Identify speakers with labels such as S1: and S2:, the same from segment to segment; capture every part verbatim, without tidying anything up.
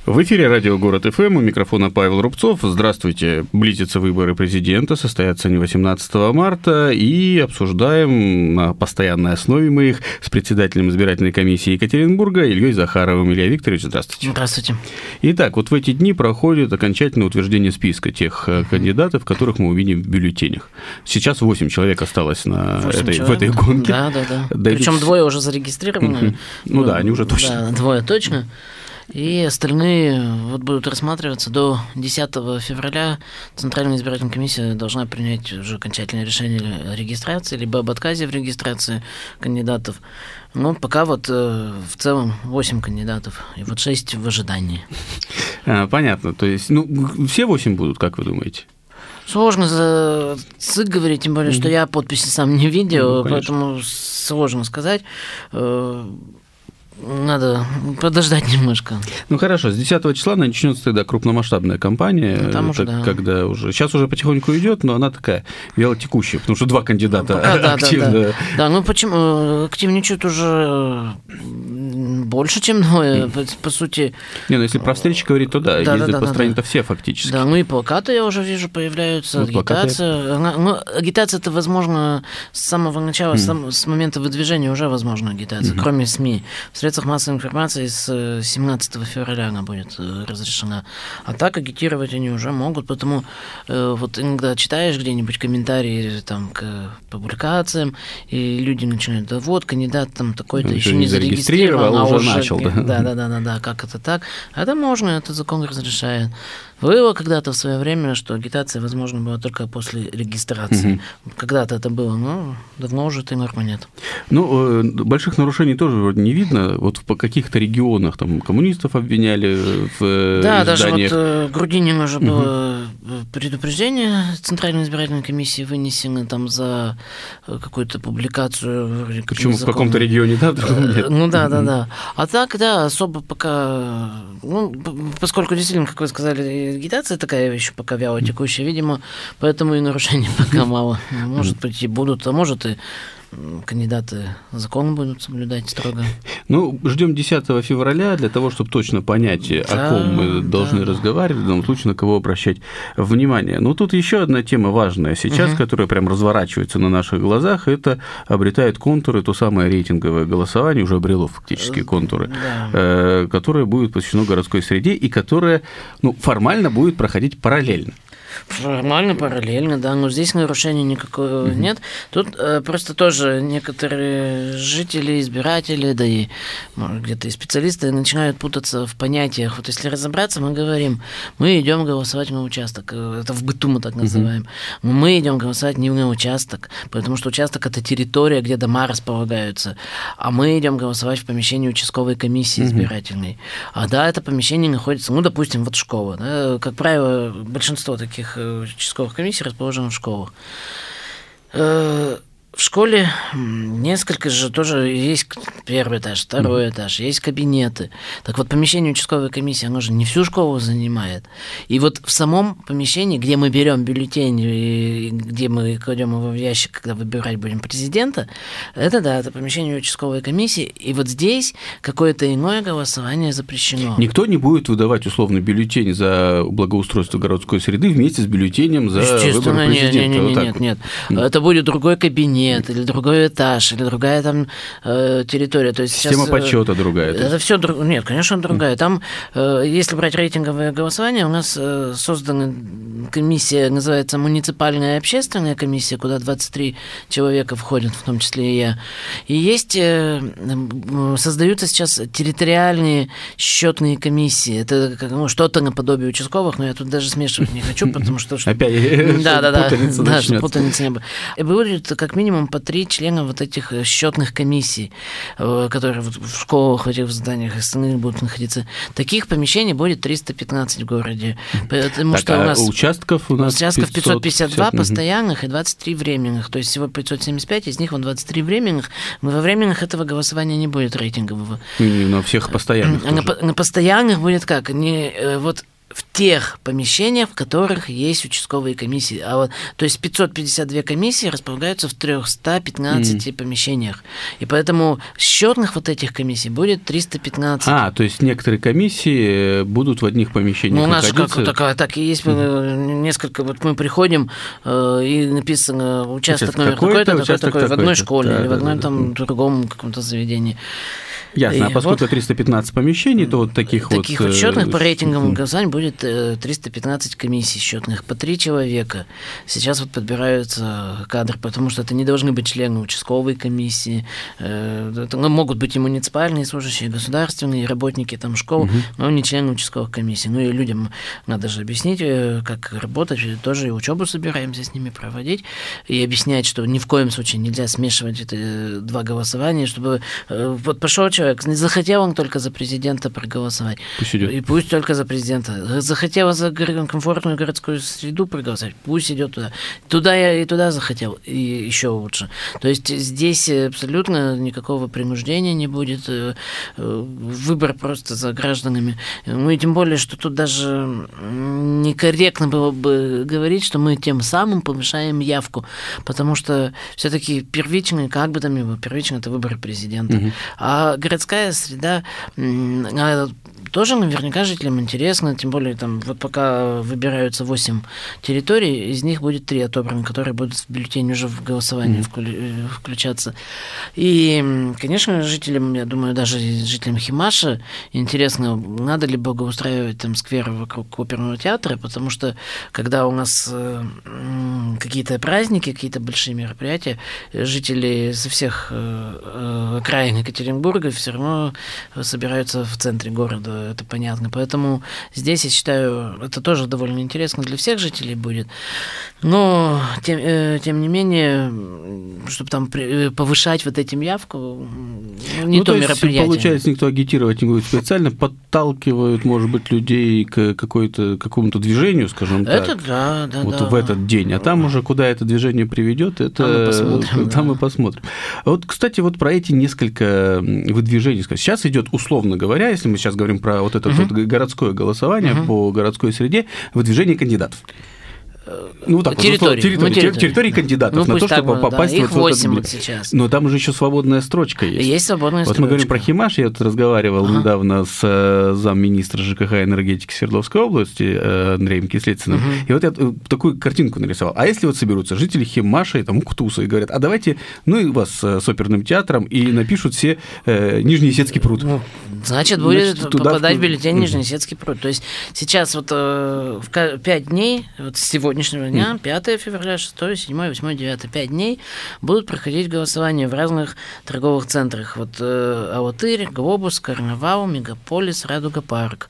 S1: В эфире радио «Город ФМ», у микрофона Павел Рубцов. Здравствуйте. Близятся выборы президента, состоятся они восемнадцатого марта, и обсуждаем на постоянной основе мы их с председателем избирательной комиссии Екатеринбурга Ильей Захаровым. Илья Викторович, здравствуйте.
S2: Здравствуйте.
S1: Итак, вот в эти дни проходит окончательное утверждение списка тех кандидатов, которых мы увидим в бюллетенях. Сейчас восемь человек осталось на этой, человек. в этой гонке.
S2: Да, да, да. Дойдут... Причем двое уже зарегистрированы.
S1: Ну да, они уже точно.
S2: Да, двое точно. И остальные вот будут рассматриваться до десятого февраля. Центральная избирательная комиссия должна принять уже окончательное решение о регистрации, либо об отказе в регистрации кандидатов. Но пока вот э, в целом восемь кандидатов, и вот шесть в ожидании.
S1: А, понятно. То есть, ну, все восемь будут, как вы думаете?
S2: Сложно за ЦИК говорить, тем более, mm-hmm. что я подписи сам не видел, ну, поэтому сложно сказать. Надо подождать немножко.
S1: Ну хорошо, с десятого числа начнется тогда крупномасштабная кампания, ну, там уже, да. когда уже сейчас уже потихоньку идет, но она такая вялотекущая, потому что два кандидата ну, пока, активно. Да, да, да.
S2: да, ну почему активничают уже больше, чем двое, по, по сути. Не,
S1: ну если про встречи говорить, то да, да ездят да, да, по стране-то да. все фактически.
S2: Да, ну и плакаты я уже вижу появляются, вот агитация. Плакаты... Ну, агитация это возможно с самого начала, mm. с, сам, с момента выдвижения уже возможна агитация, mm-hmm. кроме СМИ. В средствах массовой информации с семнадцатого февраля она будет разрешена. А так агитировать они уже могут, потому э, вот иногда читаешь где-нибудь комментарии там, к публикациям, и люди начинают, да вот, кандидат там такой-то еще не зарегистрирован, а уже начал. Да, да, да, да, да, как это так? Это можно, этот закон разрешает. Было когда-то в свое время, что агитация, возможно, была только после регистрации. Угу. Когда-то это было, но давно уже этой нормы нет.
S1: Ну, больших нарушений тоже вроде не видно. Вот по каких-то регионах там коммунистов обвиняли в
S2: Да,
S1: изданиях.
S2: даже вот Грудинин уже было угу. предупреждение Центральной избирательной комиссии вынесено там за какую-то публикацию.
S1: Причем в каком-то регионе, да, в другом нет.
S2: Ну да, да, да. А так, да, особо пока, ну, поскольку действительно, как вы сказали, агитация такая еще пока вялотекущая, видимо, поэтому и нарушений пока мало. Может быть, и будут, а может, и кандидаты закон будут соблюдать строго.
S1: Ну, ждем десятого февраля для того, чтобы точно понять, да, о ком мы должны да. разговаривать, в данном случае на кого обращать внимание. Но тут еще одна тема важная сейчас, угу. которая прям разворачивается на наших глазах, это обретает контуры, то самое рейтинговое голосование, уже обрело фактически контуры, да. которое будет посвящено городской среде и которое, ну, формально будет проходить параллельно.
S2: Формально, параллельно, да, но здесь нарушений никакого mm-hmm. нет. Тут э, просто тоже некоторые жители, избиратели, да и может, где-то и специалисты начинают путаться в понятиях. Вот если разобраться, мы говорим, мы идем голосовать на участок, это в быту мы так называем. Mm-hmm. Мы идем голосовать не на участок, потому что участок – это территория, где дома располагаются, а мы идем голосовать в помещении участковой комиссии mm-hmm. избирательной. А да, это помещение находится, ну, допустим, вот школа. Да, как правило, большинство таких участковых комиссий расположены в школах. В школе несколько же тоже есть первый этаж, второй mm-hmm. этаж, есть кабинеты. Так вот, помещение участковой комиссии, оно же не всю школу занимает. И вот в самом помещении, где мы берем бюллетень, и где мы кладем его в ящик, когда выбирать будем президента, это да, это помещение участковой комиссии. И вот здесь какое-то иное голосование запрещено.
S1: Никто не будет выдавать условный бюллетень за благоустройство городской среды вместе с бюллетенем за выборы президента.
S2: Нет, нет, вот нет, нет, нет. Это будет другой кабинет. Или другой этаж, или другая там э, территория. То есть
S1: система
S2: сейчас,
S1: подсчета другая.
S2: Это все друг... Нет, конечно, другая. Там, э, если брать рейтинговое голосование, у нас э, создана комиссия, называется муниципальная и общественная комиссия, куда двадцать три человека входят, в том числе и я. И есть, э, создаются сейчас территориальные счетные комиссии. Это ну, что-то наподобие участковых, но я тут даже смешивать не хочу, потому что...
S1: Опять
S2: да, да, да, да, чтобы путаницы не было. Будет как минимум по три члена вот этих счетных комиссий, которые в школах, в этих зданиях остальных будут находиться. Таких помещений будет триста пятнадцать в городе. Потому
S1: так,
S2: что
S1: а
S2: у нас
S1: участков у нас
S2: участков пятьсот пятьдесят два
S1: угу.
S2: постоянных и двадцать три временных. То есть всего пятьсот семьдесят пять, из них вон двадцать три временных. Во временных этого голосования не будет рейтингового.
S1: И на всех постоянных
S2: на, на постоянных будет как? Не, вот в тех помещениях, в которых есть участковые комиссии. А вот, то есть пятьсот пятьдесят две комиссии располагаются в триста пятнадцати mm. помещениях. И поэтому счетных вот этих комиссий будет триста пятнадцать.
S1: А, то есть некоторые комиссии будут в одних помещениях.
S2: Ну, у нас
S1: находиться.
S2: же как, так, так и есть mm. несколько, вот мы приходим, э, и написано участок, участок номер такой-то, такой-то, такой, в одной школе да, или да, в одном да, там да. другом каком-то заведении.
S1: Ясно, и а поскольку вот триста пятнадцать помещений, то вот таких,
S2: таких
S1: вот...
S2: вот счетных по рейтинговому голосованию будет триста пятнадцать комиссий счетных, по три человека. Сейчас вот подбираются кадры, потому что это не должны быть члены участковой комиссии, это могут быть и муниципальные служащие, государственные, работники там школ, угу. но не члены участковых комиссий. Ну и людям надо же объяснить, как работать, тоже и учебу собираемся с ними проводить, и объяснять, что ни в коем случае нельзя смешивать это два голосования, чтобы вот пошел человек, не захотел он только за президента проголосовать.
S1: Пусть идет.
S2: И пусть только за президента. Захотел за комфортную городскую среду проголосовать, пусть идет туда. Туда я и туда захотел, и еще лучше. То есть здесь абсолютно никакого принуждения не будет. Выбор просто за гражданами. Ну и тем более, что тут даже некорректно было бы говорить, что мы тем самым повышаем явку, потому что все-таки первичный, как бы там ни было, первичный это выборы президента. Угу. А городская среда тоже наверняка жителям интересно, тем более там вот пока выбираются восемь территорий, из них будет три отобраны, которые будут в бюллетень уже в голосование mm-hmm. включаться. И, конечно, жителям, я думаю, даже жителям Химаша интересно, надо ли благоустраивать там сквер вокруг оперного театра, потому что когда у нас э, какие-то праздники, какие-то большие мероприятия, жители со всех э, окраин Екатеринбурга все равно собираются в центре города, это понятно. Поэтому здесь, я считаю, это тоже довольно интересно для всех жителей будет. Но, тем, э, тем не менее, чтобы там при, повышать вот этим явку, не
S1: ну,
S2: то,
S1: то
S2: мероприятие.
S1: Есть, получается, никто агитировать не будет специально, подталкивают, может быть, людей к какой-то, какому-то движению, скажем
S2: это
S1: так.
S2: Да, да,
S1: вот
S2: да.
S1: в этот день. А там уже, куда это движение приведет, это
S2: там мы посмотрим.
S1: Там
S2: да.
S1: мы посмотрим. Вот, кстати, вот про эти несколько выдвижений. Сейчас идет, условно говоря, если мы сейчас говорим про вот это uh-huh. вот городское голосование uh-huh. по городской среде, выдвижение кандидатов. Ну, так,
S2: территории,
S1: вот, территории, территории, территории кандидатов
S2: ну,
S1: на то, чтобы
S2: так,
S1: попасть
S2: да,
S1: вот
S2: их восемь
S1: в
S2: вот
S1: этот...
S2: сейчас.
S1: Но там уже еще свободная строчка есть.
S2: Есть свободная
S1: вот
S2: строчка.
S1: Вот мы говорим про Химаш, я тут разговаривал ага. недавно с замминистра ЖКХ и энергетики Свердловской области Андреем Кислицыным, угу. и вот я такую картинку нарисовал. А если вот соберутся жители Химаша и там Уктуса и говорят, а давайте, ну и вас с оперным театром, и напишут все э, Нижнеосетский пруд. Ну,
S2: значит, будет значит, попадать в бюллетень Нижнеосетский пруд. То есть сейчас вот э, в пять дней, вот с сегодняшнего дня, угу. пятое февраля, шестое, седьмое, восьмое, девятое, пять дней будут проходить голосования в разных торговых центрах. Вот э, Алатырь, Глобус, Карнавал, Мегаполис, Радуга Парк.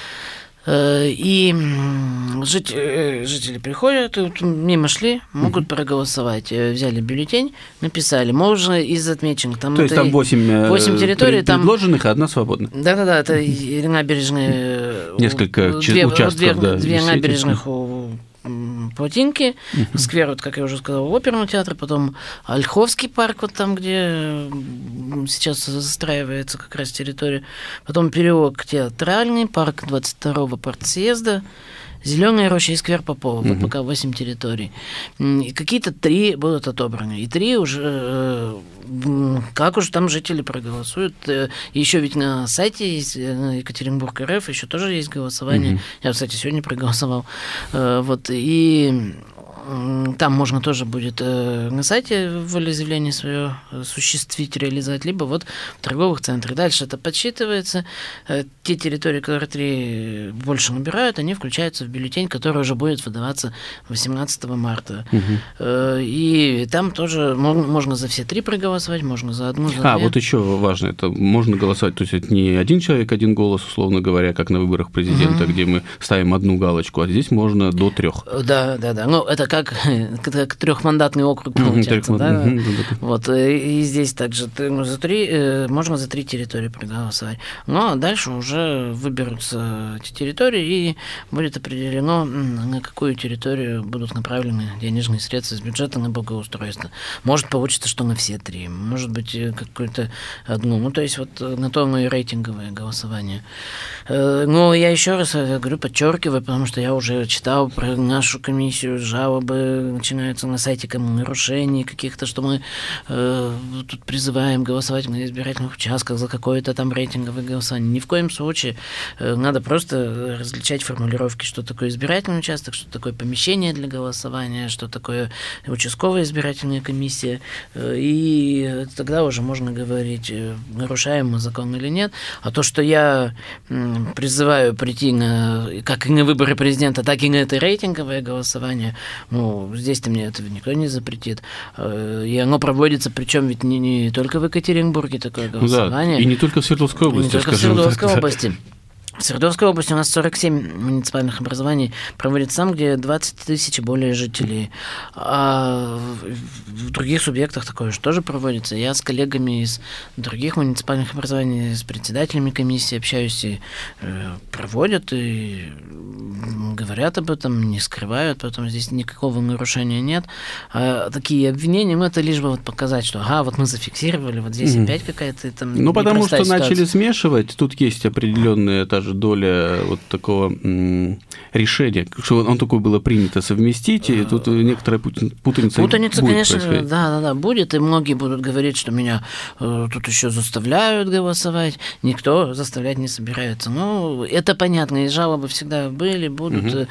S2: Э, и жители, жители приходят, вот, мимо шли, могут mm-hmm. проголосовать. Взяли бюллетень, написали. Можно из отмеченных. Там
S1: То есть там восемь,
S2: восемь территорий.
S1: предложенных,
S2: там...
S1: а одна свободна.
S2: Да-да-да, это набережные...
S1: Несколько
S2: две,
S1: участков,
S2: две,
S1: да.
S2: Две набережных у Плотинки, uh-huh. сквер, вот, как я уже сказал, оперного театра, потом Ольховский парк, вот там, где сейчас застраивается как раз территория, потом переулок Театральный, парк двадцать второго партсъезда, Зеленая роща и сквер Попова, uh-huh. вот пока восемь территорий. И какие-то три будут отобраны. И три уже, как уж там жители проголосуют. Еще ведь на сайте есть, на Екатеринбург точка эр эф, еще тоже есть голосование. Uh-huh. Я, кстати, сегодня проголосовал. Вот, и там можно тоже будет на сайте волеизъявление свое осуществить, реализовать, либо вот в торговых центрах. Дальше это подсчитывается. Те территории, которые три больше набирают, они включаются в бюллетень, который уже будет выдаваться восемнадцатого марта. Угу. И там тоже можно за все три проголосовать, можно за одну, за
S1: А,
S2: две.
S1: вот еще важно, это можно голосовать, то есть это не один человек, один голос, условно говоря, как на выборах президента, угу. где мы ставим одну галочку, а здесь можно до трех.
S2: Да, да, да. Ну, это как, как трехмандатный округ получается, mm-hmm, да? Mm-hmm. Вот, и здесь также за три, можно за три территории проголосовать. Но дальше уже выберутся эти территории, и будет определено, на какую территорию будут направлены денежные средства из бюджета на благоустройство. Может, получится, что на все три, может быть, какую-то одну. Ну, то есть вот на то оно и рейтинговое голосование. Но я еще раз говорю, подчеркиваю, потому что я уже читал про нашу комиссию, жалобы начинаются на сайте нарушений каких-то, что мы э, тут призываем голосовать на избирательных участках за какое-то там рейтинговое голосование. Ни в коем случае. Э, надо просто различать формулировки, что такое избирательный участок, что такое помещение для голосования, что такое участковая избирательная комиссия. Э, и тогда уже можно говорить, нарушаем мы закон или нет. А то, что я э, призываю прийти на, как и на выборы президента, так и на это рейтинговое голосование, ну, здесь-то мне этого никто не запретит. И оно проводится, причем ведь не, не только в Екатеринбурге такое голосование.
S1: Да, и не только в Свердловской области,
S2: не только в Свердловской так, области. Да. В Свердловской области у нас сорок семь муниципальных образований проводится там, где двадцать тысяч и более жителей. А в других субъектах такое же тоже проводится. Я с коллегами из других муниципальных образований, с председателями комиссии общаюсь, и э, проводят, и говорят об этом, не скрывают, поэтому здесь никакого нарушения нет. А такие обвинения, ну, это лишь бы вот показать, что ага, вот мы зафиксировали, вот здесь mm. опять какая-то там
S1: Ну, потому что
S2: ситуация.
S1: Начали смешивать, тут есть определенная та же доля вот такого м, решения, что он такое было принято совместить, и тут некоторая путаница
S2: Путаница,
S1: будет
S2: конечно,
S1: происходить.
S2: да, да, да, будет, и многие будут говорить, что меня э, тут еще заставляют голосовать, никто заставлять не собирается. Ну, это понятно, и жалобы всегда были, будут. Угу.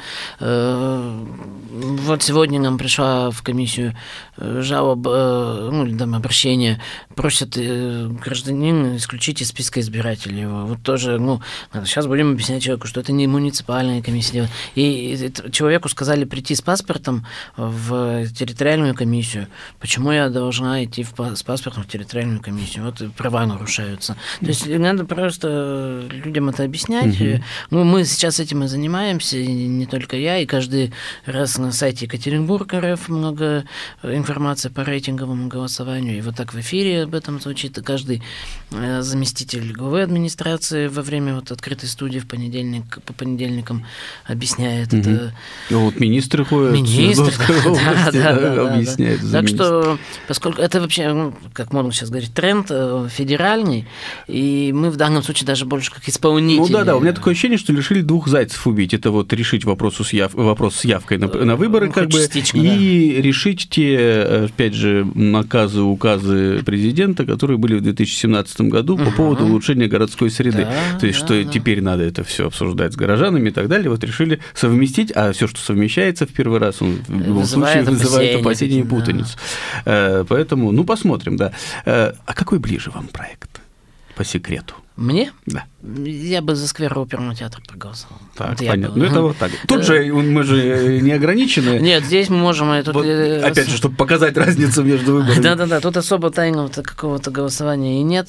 S2: Э, вот сегодня нам пришла в комиссию жалоба, э, ну, там, обращение, просят э, гражданин исключить из списка избирателей его. Вот тоже, ну, сейчас будем объяснять человеку, что это не муниципальная комиссия. И человеку сказали прийти с паспортом в территориальную комиссию. Почему я должна идти в, с паспортом в территориальную комиссию? Вот права нарушаются. То есть надо просто людям это объяснять. Угу. Ну, мы сейчас этим и занимаемся, и не только я, и каждый раз на сайте Екатеринбург точка эр эф много информации по рейтинговому голосованию, и вот так в эфире об этом звучит, и каждый заместитель главы администрации во время вот открытой студии в понедельник, по понедельникам объясняет угу. это.
S1: Ну, вот министры ходят,
S2: министры, да,
S1: области,
S2: да, да,
S1: да,
S2: да,
S1: объясняют.
S2: Да. Так что, поскольку это вообще, ну, как можно сейчас говорить, тренд федеральный, и мы в данном случае даже больше как исполнители.
S1: Ну да, да, у меня такое ощущение, что решили двух зайцев убить. Это вот решить вопрос с, яв... вопрос с явкой на, на выборы, ну, как бы, и да. решить те, опять же, наказы, указы президента, которые были в две тысячи семнадцатом году угу. по поводу улучшения городской среды. Да, То есть, да, что да. теперь надо это все обсуждать с горожанами и так далее. Вот решили совместить, а все, что совмещается в первый раз, он в любом вызывает случае вызывает опасения и путаницу. Да. Поэтому, ну, посмотрим, да. А какой ближе вам проект, по секрету?
S2: Мне?
S1: Да.
S2: Я бы за сквер оперного театра проголосовал.
S1: Так, вот понятно. Ну, это вот так. Тут же мы же не ограничены.
S2: Нет, здесь мы можем... Тут...
S1: Вот, опять же, чтобы показать разницу между выборами.
S2: Да-да-да, тут особо тайного какого-то голосования и нет.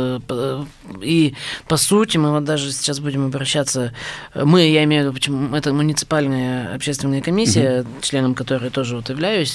S2: И, по сути, мы вот даже сейчас будем обращаться... Мы, я имею в виду, почему это муниципальная общественная комиссия, угу. членом которой тоже вот являюсь,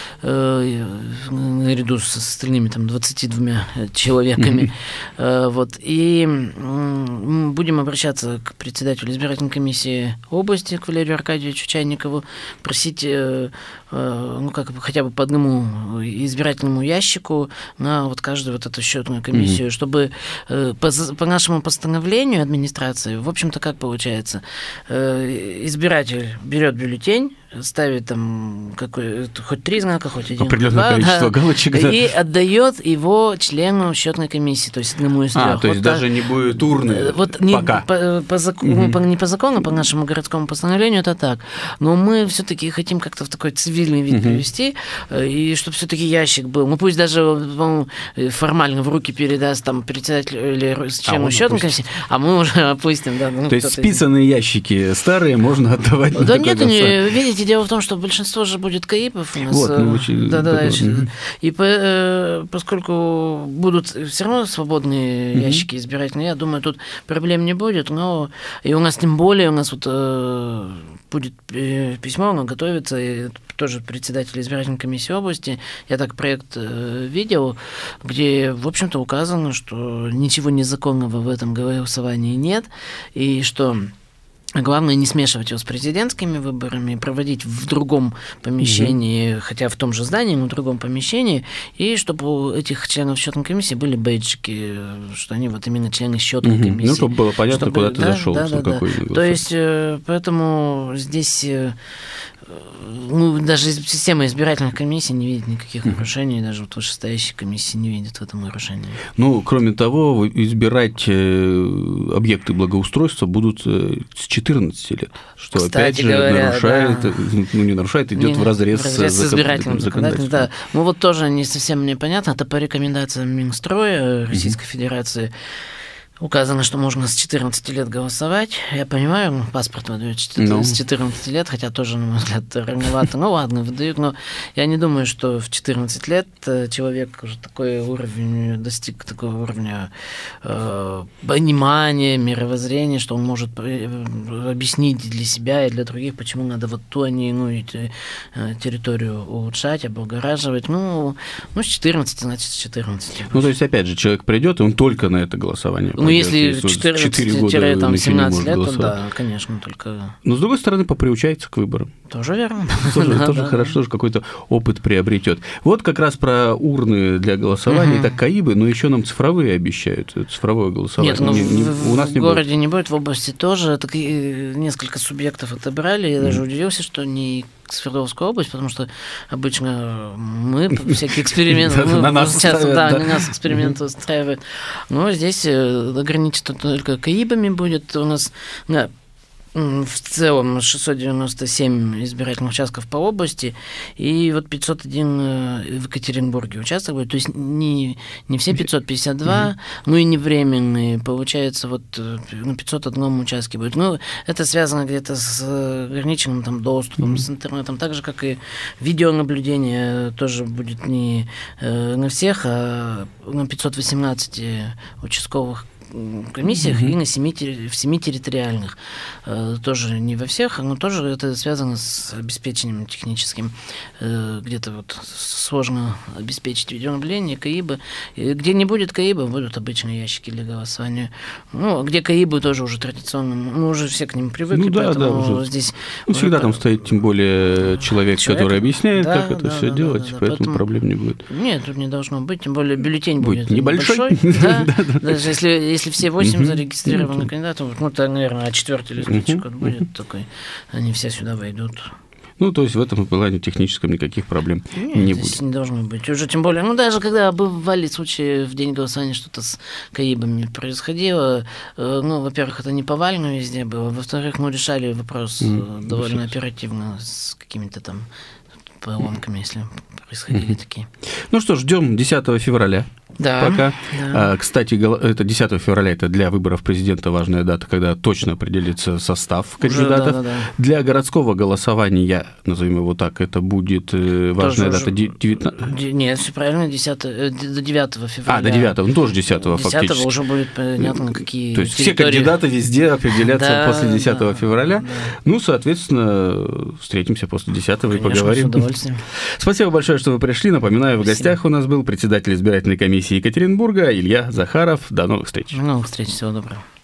S2: наряду с остальными там двадцатью двумя человеками. Угу. Вот. И И будем обращаться к председателю избирательной комиссии области, к Валерию Аркадьевичу Чайникову, просить, ну, как бы хотя бы по одному избирательному ящику на вот каждую вот эту счетную комиссию, mm-hmm. чтобы по, по нашему постановлению администрации, в общем-то, как получается, избиратель берет бюллетень, ставит там какой, хоть три знака, хоть один,
S1: определенное количество да, галочек, да.
S2: и отдает его члену счетной комиссии, то есть одному из трех.
S1: А, то есть вот даже так, не будет урны
S2: вот
S1: пока.
S2: Не по, по, зак... угу. по, не по закону, по нашему городскому постановлению это так, но мы все-таки хотим как-то в такой цивильный вид угу. привести, и чтобы все-таки ящик был. Ну пусть даже он формально в руки передаст там председатель или члену а счетной комиссии, а мы уже опустим. Да, ну,
S1: то есть списанные из... ящики старые можно отдавать.
S2: Да нет, не, видите, дело в том, что большинство же будет КАИПов у нас.
S1: Вот, ну, очень
S2: да, да, угу. И по, поскольку будут все равно свободные угу. ящики избирательные, я думаю, тут проблем не будет, но и у нас тем более, у нас вот будет письмо, оно готовится, и тоже председатель избирательной комиссии области. Я так проект видел, где, в общем-то, указано, что ничего незаконного в этом голосовании нет, и что главное не смешивать его с президентскими выборами, проводить в другом помещении, mm-hmm. хотя в том же здании, но в другом помещении, и чтобы у этих членов счетной комиссии были бейджики, что они вот именно члены счетной mm-hmm. комиссии.
S1: Ну, чтобы было понятно, чтобы, куда ты да, зашел.
S2: Да, да, да. То есть, поэтому здесь ну, даже система избирательных комиссий не видит никаких mm-hmm. нарушений, даже вот вышестоящие комиссии не видят в этом нарушения.
S1: Ну, кроме того, избирать объекты благоустройства будут с четырнадцати лет, что
S2: Кстати
S1: опять же
S2: говоря,
S1: нарушает,
S2: да.
S1: ну не нарушает, идет в разрез,
S2: в разрез с избирательным законодательством. Да. Ну вот тоже не совсем мне понятно, это по рекомендациям Минстроя Российской mm-hmm. Федерации. Указано, что можно с четырнадцати лет голосовать. Я понимаю, паспорт выдают no. с четырнадцати лет, хотя тоже, на мой взгляд, рановато. Ну ладно, выдают, но я не думаю, что в четырнадцать лет человек уже такой уровень, достиг такого уровня э, понимания, мировоззрения, что он может объяснить для себя и для других, почему надо вот ту, а не иную территорию улучшать, облагораживать. Ну, ну, с четырнадцати, значит, с четырнадцати.
S1: Ну, то есть, опять же, человек придет, и он только на это голосование.
S2: Ну, если четырнадцать-семнадцать лет, то да, конечно, только...
S1: Но, с другой стороны, поприучается к выборам.
S2: Тоже верно.
S1: Тоже, да, тоже да. хорошо, тоже какой-то опыт приобретет. Вот как раз про урны для голосования, угу. так КАИБы, но еще нам цифровые обещают, цифровое голосование.
S2: Нет, ну, не, не, в, у нас в не городе будет. не будет, в области тоже. Так и несколько субъектов отобрали, я даже mm. удивился, что не Свердловская область, потому что обычно мы всякие эксперименты, на нас эксперименты устраивают. Но здесь ограничено только КАИБами будет. У нас в целом шестьсот девяносто семь избирательных участков по области, и вот пятьсот один в Екатеринбурге участок будет, то есть не, не все пятьсот пятьдесят два, mm-hmm. ну и не временные, получается, вот на пятьсот одном участке будет. Ну, это связано где-то с ограниченным там доступом, mm-hmm. с интернетом, так же, как и видеонаблюдение тоже будет не на всех, а на пятьсот восемнадцати участковых комиссиях mm-hmm. и на семи, в семи территориальных. Тоже не во всех, но тоже это связано с обеспечением техническим. Где-то вот сложно обеспечить видеонаблюдение, КАИБы. Где не будет КАИБа, будут обычные ящики для голосования. Ну, где КАИБы тоже уже традиционно, мы уже все к ним привыкли, ну, да, поэтому да, уже. здесь...
S1: Ну, всегда уже... там стоит, тем более, человек, человек который объясняет, да, как это да, все да, делать, да, да, поэтому, поэтому проблем не будет.
S2: Нет, тут не должно быть, тем более бюллетень будет,
S1: будет небольшой.
S2: Да, даже если, если все восемь зарегистрированы кандидатов, ну, то, наверное, а четвертый листочек вот будет такой, они все сюда войдут.
S1: Ну, то есть в этом плане техническом никаких проблем
S2: Нет,
S1: не
S2: здесь
S1: будет.
S2: Не должно быть. Уже тем более, ну, даже когда бывали случаи в день голосования, что-то с КАИБами происходило, ну, во-первых, это не повально везде было, во-вторых, мы решали вопрос mm, довольно сейчас. оперативно с какими-то там поломками, если происходили mm-hmm. такие.
S1: Ну что ж, ждем десятого февраля.
S2: Да,
S1: пока.
S2: Да.
S1: А, кстати, это десятого февраля, это для выборов президента важная дата, когда точно определится состав кандидатов. Уже, да, да, да. Для городского голосования, назовем его так, это будет важная тоже дата девятнадцатого.
S2: Нет, все правильно, десятого, до девятого февраля.
S1: А, до девятого, ну тоже десятого фактически.
S2: десятого уже будет понятно, какие
S1: То есть
S2: территории.
S1: Все кандидаты везде определятся да, после десятого да, февраля. Да. Ну, соответственно, встретимся после десятого Конечно, и поговорим.
S2: С удовольствием.
S1: Спасибо большое, что вы пришли. Напоминаю, Спасибо. в гостях у нас был председатель избирательной комиссии Екатеринбурга Илья Захаров. До новых встреч.
S2: До новых встреч. Всего доброго.